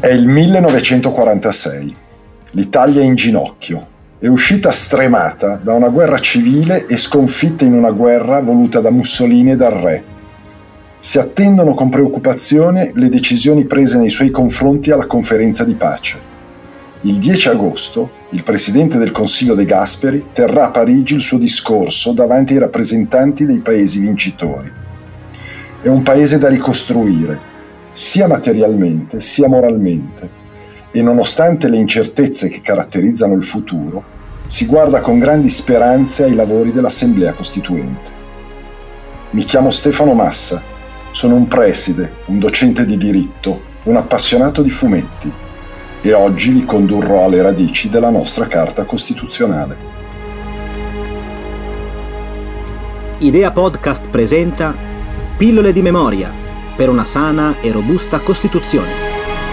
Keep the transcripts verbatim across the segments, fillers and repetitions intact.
È il millenovecentoquarantasei. L'Italia è in ginocchio. È uscita stremata da una guerra civile e sconfitta in una guerra voluta da Mussolini e dal re. Si attendono con preoccupazione le decisioni prese nei suoi confronti alla conferenza di pace. Il dieci agosto, il presidente del Consiglio De Gasperi terrà a Parigi il suo discorso davanti ai rappresentanti dei paesi vincitori. È un paese da ricostruire, sia materialmente sia moralmente, e nonostante le incertezze che caratterizzano il futuro, si guarda con grandi speranze ai lavori dell'Assemblea Costituente. Mi chiamo Stefano Massa, sono un preside, un docente di diritto, un appassionato di fumetti, e oggi vi condurrò alle radici della nostra Carta Costituzionale. Idea Podcast presenta Pillole di memoria per una sana e robusta Costituzione.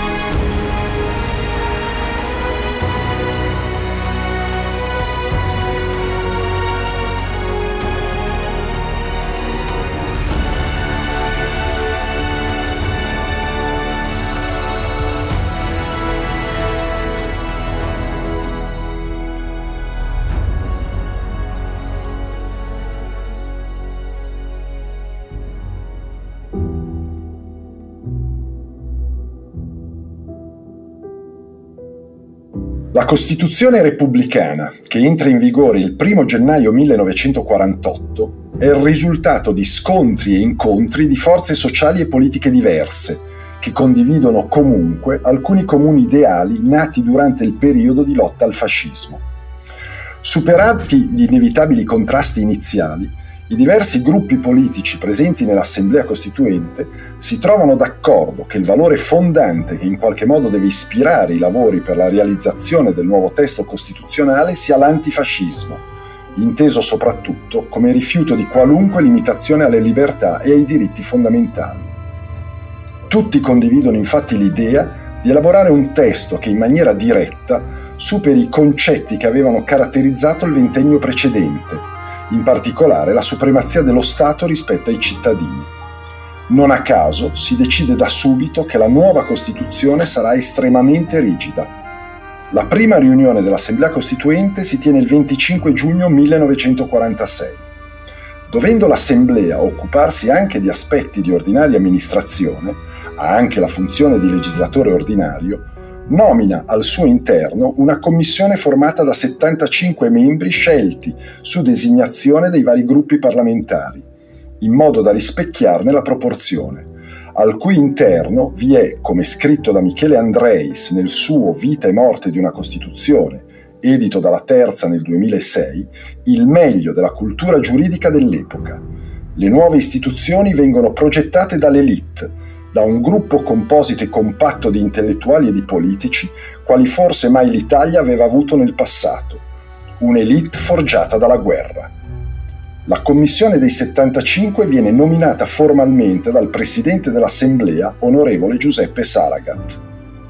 La Costituzione repubblicana, che entra in vigore il primo gennaio millenovecentoquarantotto, è il risultato di scontri e incontri di forze sociali e politiche diverse, che condividono comunque alcuni comuni ideali nati durante il periodo di lotta al fascismo. Superati gli inevitabili contrasti iniziali, i diversi gruppi politici presenti nell'Assemblea Costituente si trovano d'accordo che il valore fondante che in qualche modo deve ispirare i lavori per la realizzazione del nuovo testo costituzionale sia l'antifascismo, inteso soprattutto come rifiuto di qualunque limitazione alle libertà e ai diritti fondamentali. Tutti condividono infatti l'idea di elaborare un testo che in maniera diretta superi i concetti che avevano caratterizzato il ventennio precedente, in particolare la supremazia dello Stato rispetto ai cittadini. Non a caso si decide da subito che la nuova Costituzione sarà estremamente rigida. La prima riunione dell'Assemblea Costituente si tiene il venticinque giugno millenovecentoquarantasei. Dovendo l'Assemblea occuparsi anche di aspetti di ordinaria amministrazione, ha anche la funzione di legislatore ordinario, nomina al suo interno una commissione formata da settantacinque membri scelti su designazione dei vari gruppi parlamentari, in modo da rispecchiarne la proporzione, al cui interno vi è, come scritto da Michele Andreis nel suo Vita e morte di una Costituzione, edito dalla Terza nel duemilasei, il meglio della cultura giuridica dell'epoca. Le nuove istituzioni vengono progettate dall'élite, da un gruppo composito e compatto di intellettuali e di politici, quali forse mai l'Italia aveva avuto nel passato, un'élite forgiata dalla guerra. La commissione dei settantacinque viene nominata formalmente dal presidente dell'Assemblea, onorevole Giuseppe Saragat.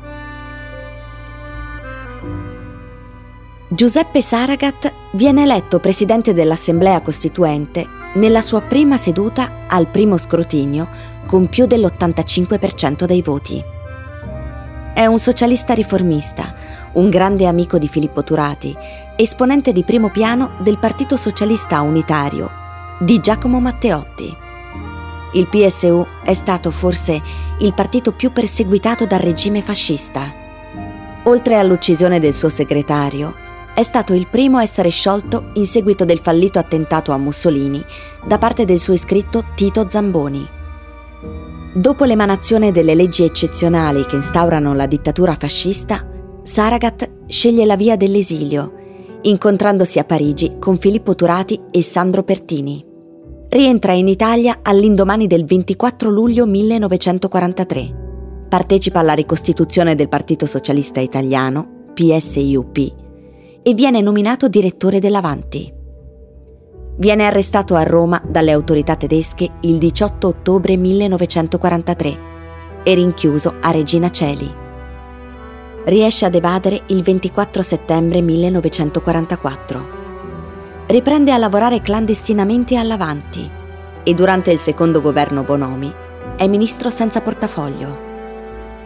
Giuseppe Saragat viene eletto presidente dell'Assemblea Costituente nella sua prima seduta al primo scrutinio con più dell'ottantacinque per cento dei voti. È un socialista riformista, un grande amico di Filippo Turati, esponente di primo piano del Partito Socialista Unitario di Giacomo Matteotti. Il P S U è stato forse il partito più perseguitato dal regime fascista. Oltre all'uccisione del suo segretario, è stato il primo a essere sciolto in seguito del fallito attentato a Mussolini da parte del suo iscritto Tito Zamboni. Dopo l'emanazione delle leggi eccezionali che instaurano la dittatura fascista, Saragat sceglie la via dell'esilio, incontrandosi a Parigi con Filippo Turati e Sandro Pertini. Rientra in Italia all'indomani del ventiquattro luglio millenovecentoquarantatré. Partecipa alla ricostituzione del Partito Socialista Italiano, P S I U P, e viene nominato direttore dell'Avanti. Viene arrestato a Roma dalle autorità tedesche il diciotto ottobre millenovecentoquarantatré e rinchiuso a Regina Coeli. Riesce ad evadere il ventiquattro settembre millenovecentoquarantaquattro. Riprende a lavorare clandestinamente all'Avanti e durante il secondo governo Bonomi è ministro senza portafoglio.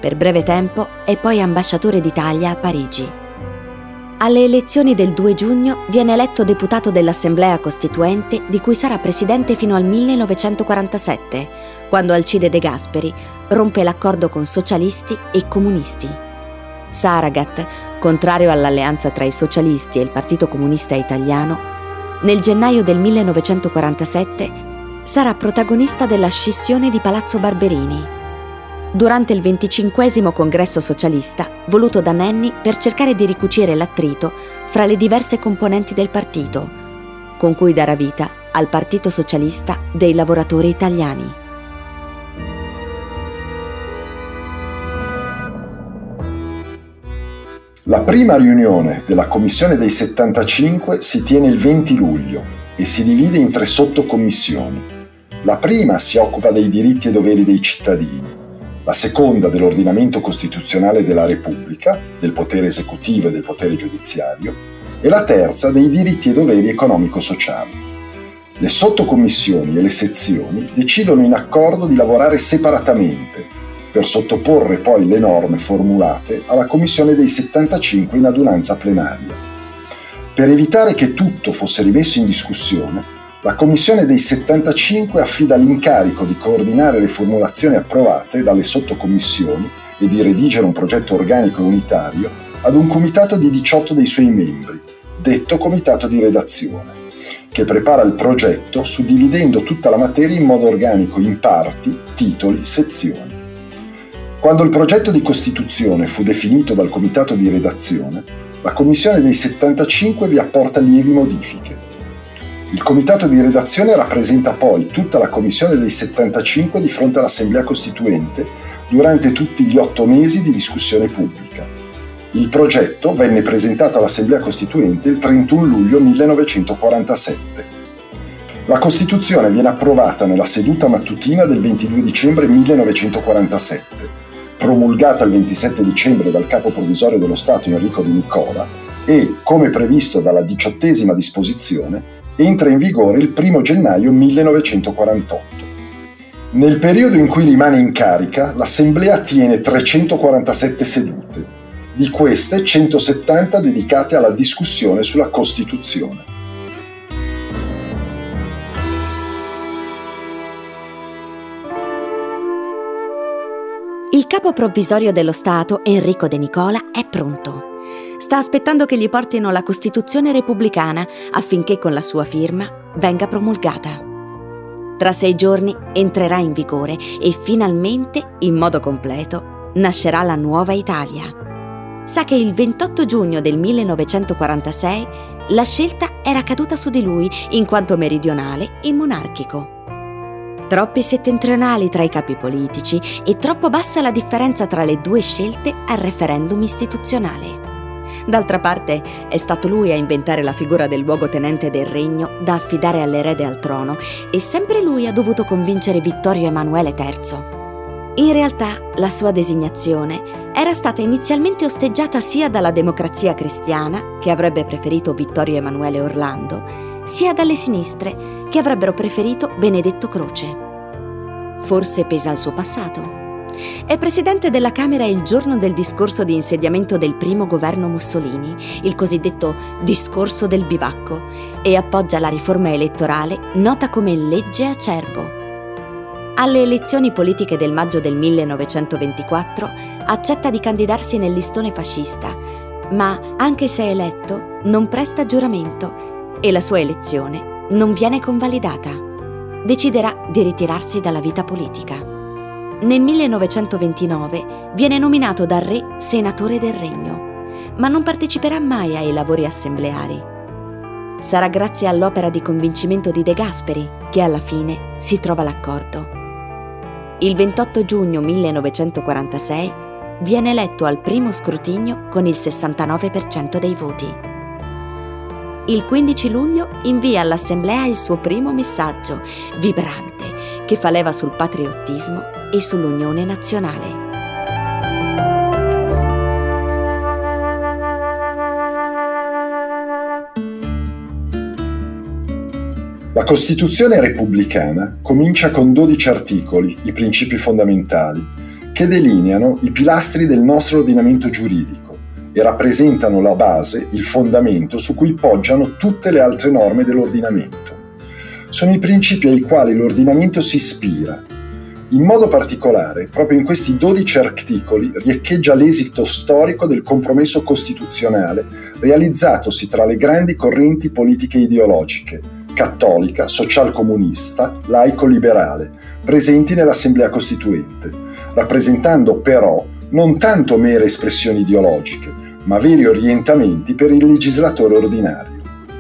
per breve tempo è poi ambasciatore d'Italia a Parigi. Alle elezioni del due giugno viene eletto deputato dell'Assemblea Costituente, di cui sarà presidente fino al millenovecentoquarantasette, quando Alcide De Gasperi rompe l'accordo con socialisti e comunisti. Saragat, contrario all'alleanza tra i socialisti e il Partito Comunista Italiano, nel gennaio del millenovecentoquarantasette sarà protagonista della scissione di Palazzo Barberini, durante il venticinquesimo congresso socialista voluto da Nenni per cercare di ricucire l'attrito fra le diverse componenti del partito, con cui darà vita al Partito Socialista dei Lavoratori Italiani. La prima riunione della Commissione dei settantacinque si tiene il venti luglio e si divide in tre sottocommissioni. La prima si occupa dei diritti e doveri dei cittadini, la seconda dell'ordinamento costituzionale della Repubblica, del potere esecutivo e del potere giudiziario, e la terza dei diritti e doveri economico-sociali. Le sottocommissioni e le sezioni decidono in accordo di lavorare separatamente, per sottoporre poi le norme formulate alla Commissione dei settantacinque in adunanza plenaria. Per evitare che tutto fosse rimesso in discussione, la Commissione dei settantacinque affida l'incarico di coordinare le formulazioni approvate dalle sottocommissioni e di redigere un progetto organico e unitario ad un comitato di diciotto dei suoi membri, detto comitato di redazione, che prepara il progetto suddividendo tutta la materia in modo organico in parti, titoli, sezioni. Quando il progetto di Costituzione fu definito dal comitato di redazione, la Commissione dei settantacinque vi apporta lievi modifiche. Il comitato di redazione rappresenta poi tutta la Commissione dei settantacinque di fronte all'Assemblea Costituente durante tutti gli otto mesi di discussione pubblica. Il progetto venne presentato all'Assemblea Costituente il trentuno luglio millenovecentoquarantasette. La Costituzione viene approvata nella seduta mattutina del ventidue dicembre millenovecentoquarantasette, promulgata il ventisette dicembre dal capo provvisorio dello Stato Enrico De Nicola e, come previsto dalla diciottesima disposizione, entra in vigore il primo gennaio millenovecentoquarantotto. Nel periodo in cui rimane in carica, l'Assemblea tiene trecentoquarantasette sedute, di queste centosettanta dedicate alla discussione sulla Costituzione. Il capo provvisorio dello Stato, Enrico De Nicola, è pronto. Sta aspettando che gli portino la Costituzione repubblicana affinché con la sua firma venga promulgata. Tra sei giorni entrerà in vigore e finalmente, in modo completo, nascerà la nuova Italia. Sa che il ventotto giugno del millenovecentoquarantasei la scelta era caduta su di lui in quanto meridionale e monarchico. Troppi settentrionali tra i capi politici e troppo bassa la differenza tra le due scelte al referendum istituzionale. D'altra parte è stato lui a inventare la figura del luogotenente del regno da affidare all'erede al trono e sempre lui ha dovuto convincere Vittorio Emanuele terzo. In realtà la sua designazione era stata inizialmente osteggiata sia dalla Democrazia Cristiana, che avrebbe preferito Vittorio Emanuele Orlando, sia dalle sinistre, che avrebbero preferito Benedetto Croce. Forse pesa il suo passato. È presidente della Camera il giorno del discorso di insediamento del primo governo Mussolini, il cosiddetto discorso del bivacco, e appoggia la riforma elettorale nota come legge Acerbo. Alle elezioni politiche del maggio del millenovecentoventiquattro accetta di candidarsi nel listone fascista, ma anche se eletto non presta giuramento e la sua elezione non viene convalidata. Deciderà di ritirarsi dalla vita politica. Nel millenovecentoventinove viene nominato dal re senatore del regno, ma non parteciperà mai ai lavori assembleari. Sarà grazie all'opera di convincimento di De Gasperi che alla fine si trova l'accordo. Il ventotto giugno millenovecentoquarantasei viene eletto al primo scrutinio con il sessantanove per cento dei voti. Il quindici luglio invia all'Assemblea il suo primo messaggio, vibrante, che fa leva sul patriottismo e sull'unione nazionale. La Costituzione repubblicana comincia con dodici articoli, i principi fondamentali, che che delineano i pilastri del nostro ordinamento giuridico e rappresentano la base, il fondamento su cui poggiano tutte le altre norme dell'ordinamento. Sono i principi ai quali l'ordinamento si ispira. In modo particolare, proprio in questi dodici articoli riecheggia l'esito storico del compromesso costituzionale realizzatosi tra le grandi correnti politiche ideologiche, cattolica, socialcomunista, laico-liberale, presenti nell'Assemblea Costituente, rappresentando però non tanto mere espressioni ideologiche, ma veri orientamenti per il legislatore ordinario.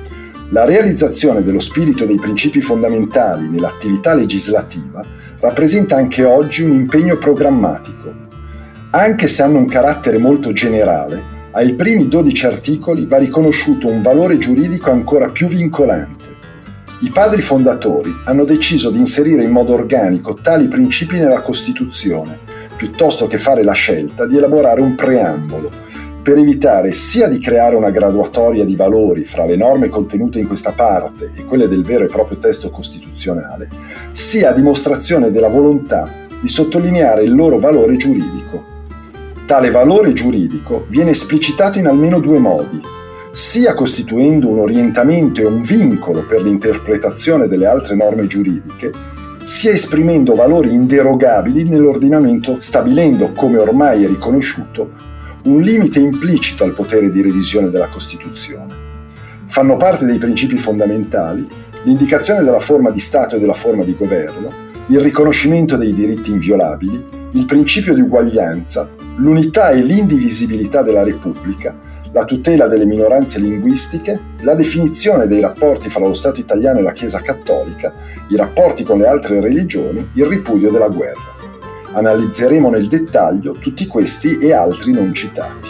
La realizzazione dello spirito dei principi fondamentali nell'attività legislativa rappresenta anche oggi un impegno programmatico. Anche se hanno un carattere molto generale, ai primi dodici articoli va riconosciuto un valore giuridico ancora più vincolante. I padri fondatori hanno deciso di inserire in modo organico tali principi nella Costituzione, piuttosto che fare la scelta di elaborare un preambolo, per evitare sia di creare una graduatoria di valori fra le norme contenute in questa parte e quelle del vero e proprio testo costituzionale, sia a dimostrazione della volontà di sottolineare il loro valore giuridico. Tale valore giuridico viene esplicitato in almeno due modi, sia costituendo un orientamento e un vincolo per l'interpretazione delle altre norme giuridiche, sia esprimendo valori inderogabili nell'ordinamento, stabilendo, come ormai è riconosciuto, un limite implicito al potere di revisione della Costituzione. Fanno parte dei principi fondamentali l'indicazione della forma di Stato e della forma di governo, il riconoscimento dei diritti inviolabili, il principio di uguaglianza, l'unità e l'indivisibilità della Repubblica, la tutela delle minoranze linguistiche, la definizione dei rapporti fra lo Stato italiano e la Chiesa cattolica, i rapporti con le altre religioni, il ripudio della guerra. Analizzeremo nel dettaglio tutti questi e altri non citati.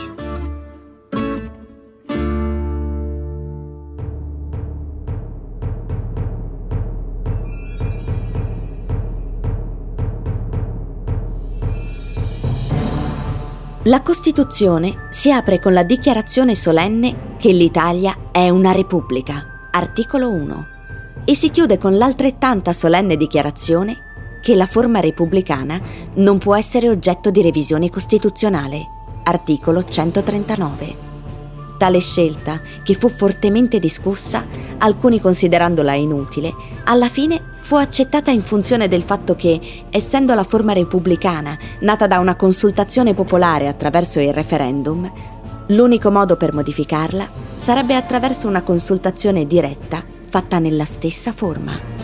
La Costituzione si apre con la dichiarazione solenne che l'Italia è una Repubblica, articolo uno, e si chiude con l'altrettanta solenne dichiarazione che la forma repubblicana non può essere oggetto di revisione costituzionale, articolo centotrentanove. Tale scelta, che fu fortemente discussa, alcuni considerandola inutile, alla fine fu accettata in funzione del fatto che, essendo la forma repubblicana nata da una consultazione popolare attraverso il referendum, l'unico modo per modificarla sarebbe attraverso una consultazione diretta fatta nella stessa forma.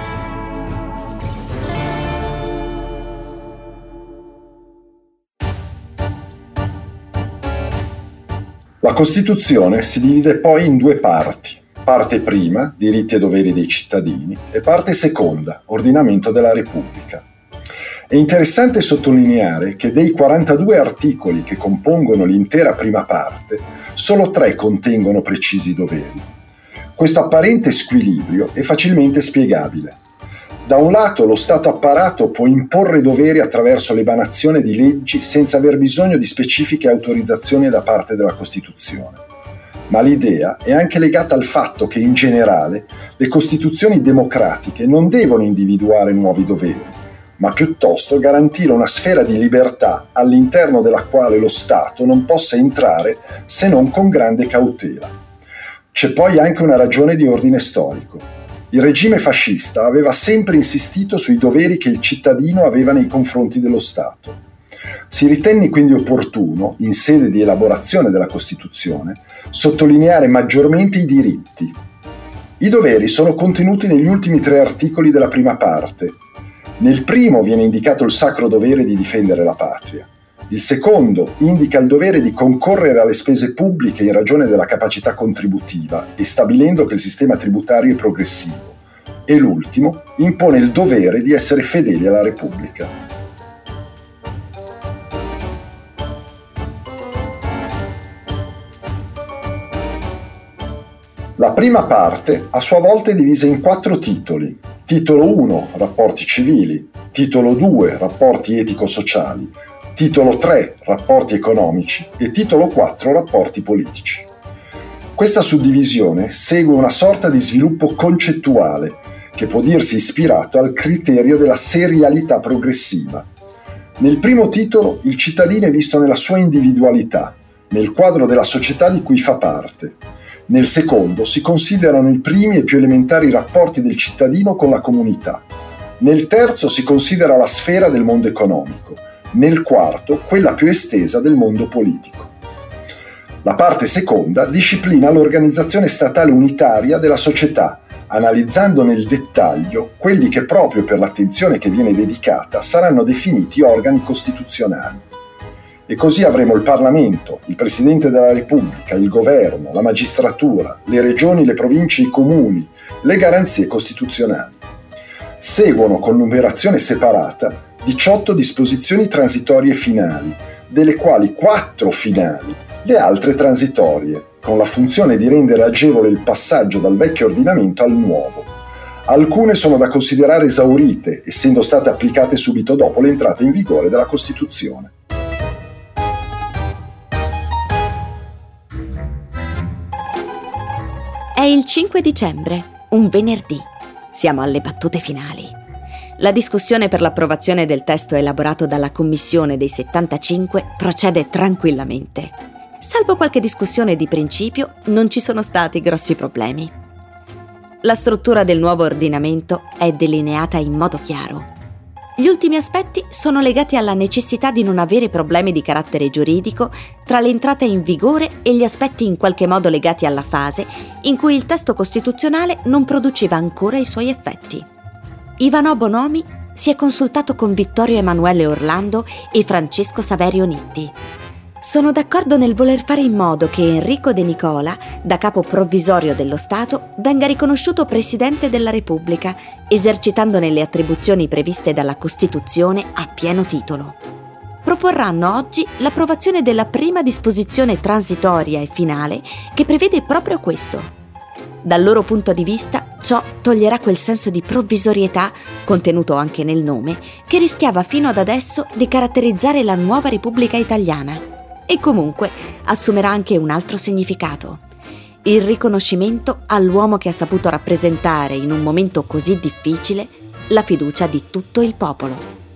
La Costituzione si divide poi in due parti. Parte prima, diritti e doveri dei cittadini, e parte seconda, ordinamento della Repubblica. È interessante sottolineare che dei quarantadue articoli che compongono l'intera prima parte, solo tre contengono precisi doveri. Questo apparente squilibrio è facilmente spiegabile. Da un lato, lo Stato apparato può imporre doveri attraverso l'emanazione di leggi senza aver bisogno di specifiche autorizzazioni da parte della Costituzione. Ma l'idea è anche legata al fatto che, in generale, le Costituzioni democratiche non devono individuare nuovi doveri, ma piuttosto garantire una sfera di libertà all'interno della quale lo Stato non possa entrare se non con grande cautela. C'è poi anche una ragione di ordine storico. Il regime fascista aveva sempre insistito sui doveri che il cittadino aveva nei confronti dello Stato. Si ritenne quindi opportuno, in sede di elaborazione della Costituzione, sottolineare maggiormente i diritti. I doveri sono contenuti negli ultimi tre articoli della prima parte. Nel primo viene indicato il sacro dovere di difendere la patria. Il secondo indica il dovere di concorrere alle spese pubbliche in ragione della capacità contributiva e stabilendo che il sistema tributario è progressivo. E l'ultimo impone il dovere di essere fedeli alla Repubblica. La prima parte, a sua volta, è divisa in quattro titoli. Titolo uno, rapporti civili. Titolo due, rapporti etico-sociali. Titolo tre, rapporti economici, e titolo quattro, rapporti politici. Questa suddivisione segue una sorta di sviluppo concettuale che può dirsi ispirato al criterio della serialità progressiva. Nel primo titolo il cittadino è visto nella sua individualità, nel quadro della società di cui fa parte. Nel secondo si considerano i primi e più elementari rapporti del cittadino con la comunità. Nel terzo si considera la sfera del mondo economico. Nel quarto quella più estesa del mondo politico. La parte seconda disciplina l'organizzazione statale unitaria della società, analizzando nel dettaglio quelli che proprio per l'attenzione che viene dedicata saranno definiti organi costituzionali. E così avremo il Parlamento, il Presidente della Repubblica, il Governo, la magistratura, le regioni, le province, i comuni, le garanzie costituzionali. Seguono con numerazione separata diciotto disposizioni transitorie finali, delle quali quattro finali, le altre transitorie, con la funzione di rendere agevole il passaggio dal vecchio ordinamento al nuovo. Alcune sono da considerare esaurite, essendo state applicate subito dopo l'entrata in vigore della Costituzione. È il cinque dicembre, un venerdì. Siamo alle battute finali. La discussione per l'approvazione del testo elaborato dalla Commissione dei settantacinque procede tranquillamente. Salvo qualche discussione di principio, non ci sono stati grossi problemi. La struttura del nuovo ordinamento è delineata in modo chiaro. Gli ultimi aspetti sono legati alla necessità di non avere problemi di carattere giuridico tra l'entrata in vigore e gli aspetti in qualche modo legati alla fase in cui il testo costituzionale non produceva ancora i suoi effetti. Ivanò Bonomi si è consultato con Vittorio Emanuele Orlando e Francesco Saverio Nitti. Sono d'accordo nel voler fare in modo che Enrico De Nicola, da capo provvisorio dello Stato, venga riconosciuto Presidente della Repubblica, esercitandone le attribuzioni previste dalla Costituzione a pieno titolo. Proporranno oggi l'approvazione della prima disposizione transitoria e finale che prevede proprio questo. Dal loro punto di vista, ciò toglierà quel senso di provvisorietà, contenuto anche nel nome, che rischiava fino ad adesso di caratterizzare la nuova Repubblica Italiana. E comunque assumerà anche un altro significato: il riconoscimento all'uomo che ha saputo rappresentare in un momento così difficile la fiducia di tutto il popolo.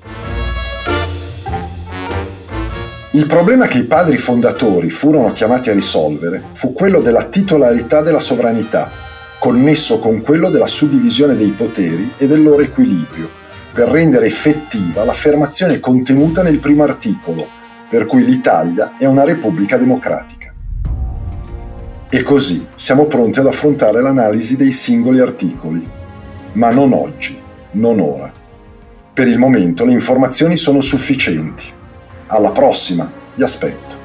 Il problema che i padri fondatori furono chiamati a risolvere fu quello della titolarità della sovranità, connesso con quello della suddivisione dei poteri e del loro equilibrio, per rendere effettiva l'affermazione contenuta nel primo articolo, per cui l'Italia è una repubblica democratica. E così siamo pronti ad affrontare l'analisi dei singoli articoli, ma non oggi, non ora. Per il momento le informazioni sono sufficienti. Alla prossima, vi aspetto.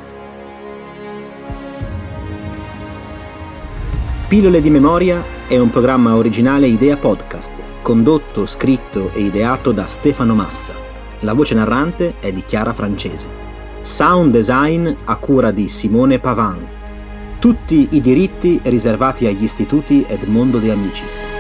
Pillole di memoria è un programma originale Idea Podcast, condotto, scritto e ideato da Stefano Massa. La voce narrante è di Chiara Francese. Sound design a cura di Simone Pavan. Tutti i diritti riservati agli istituti Edmondo De Amicis.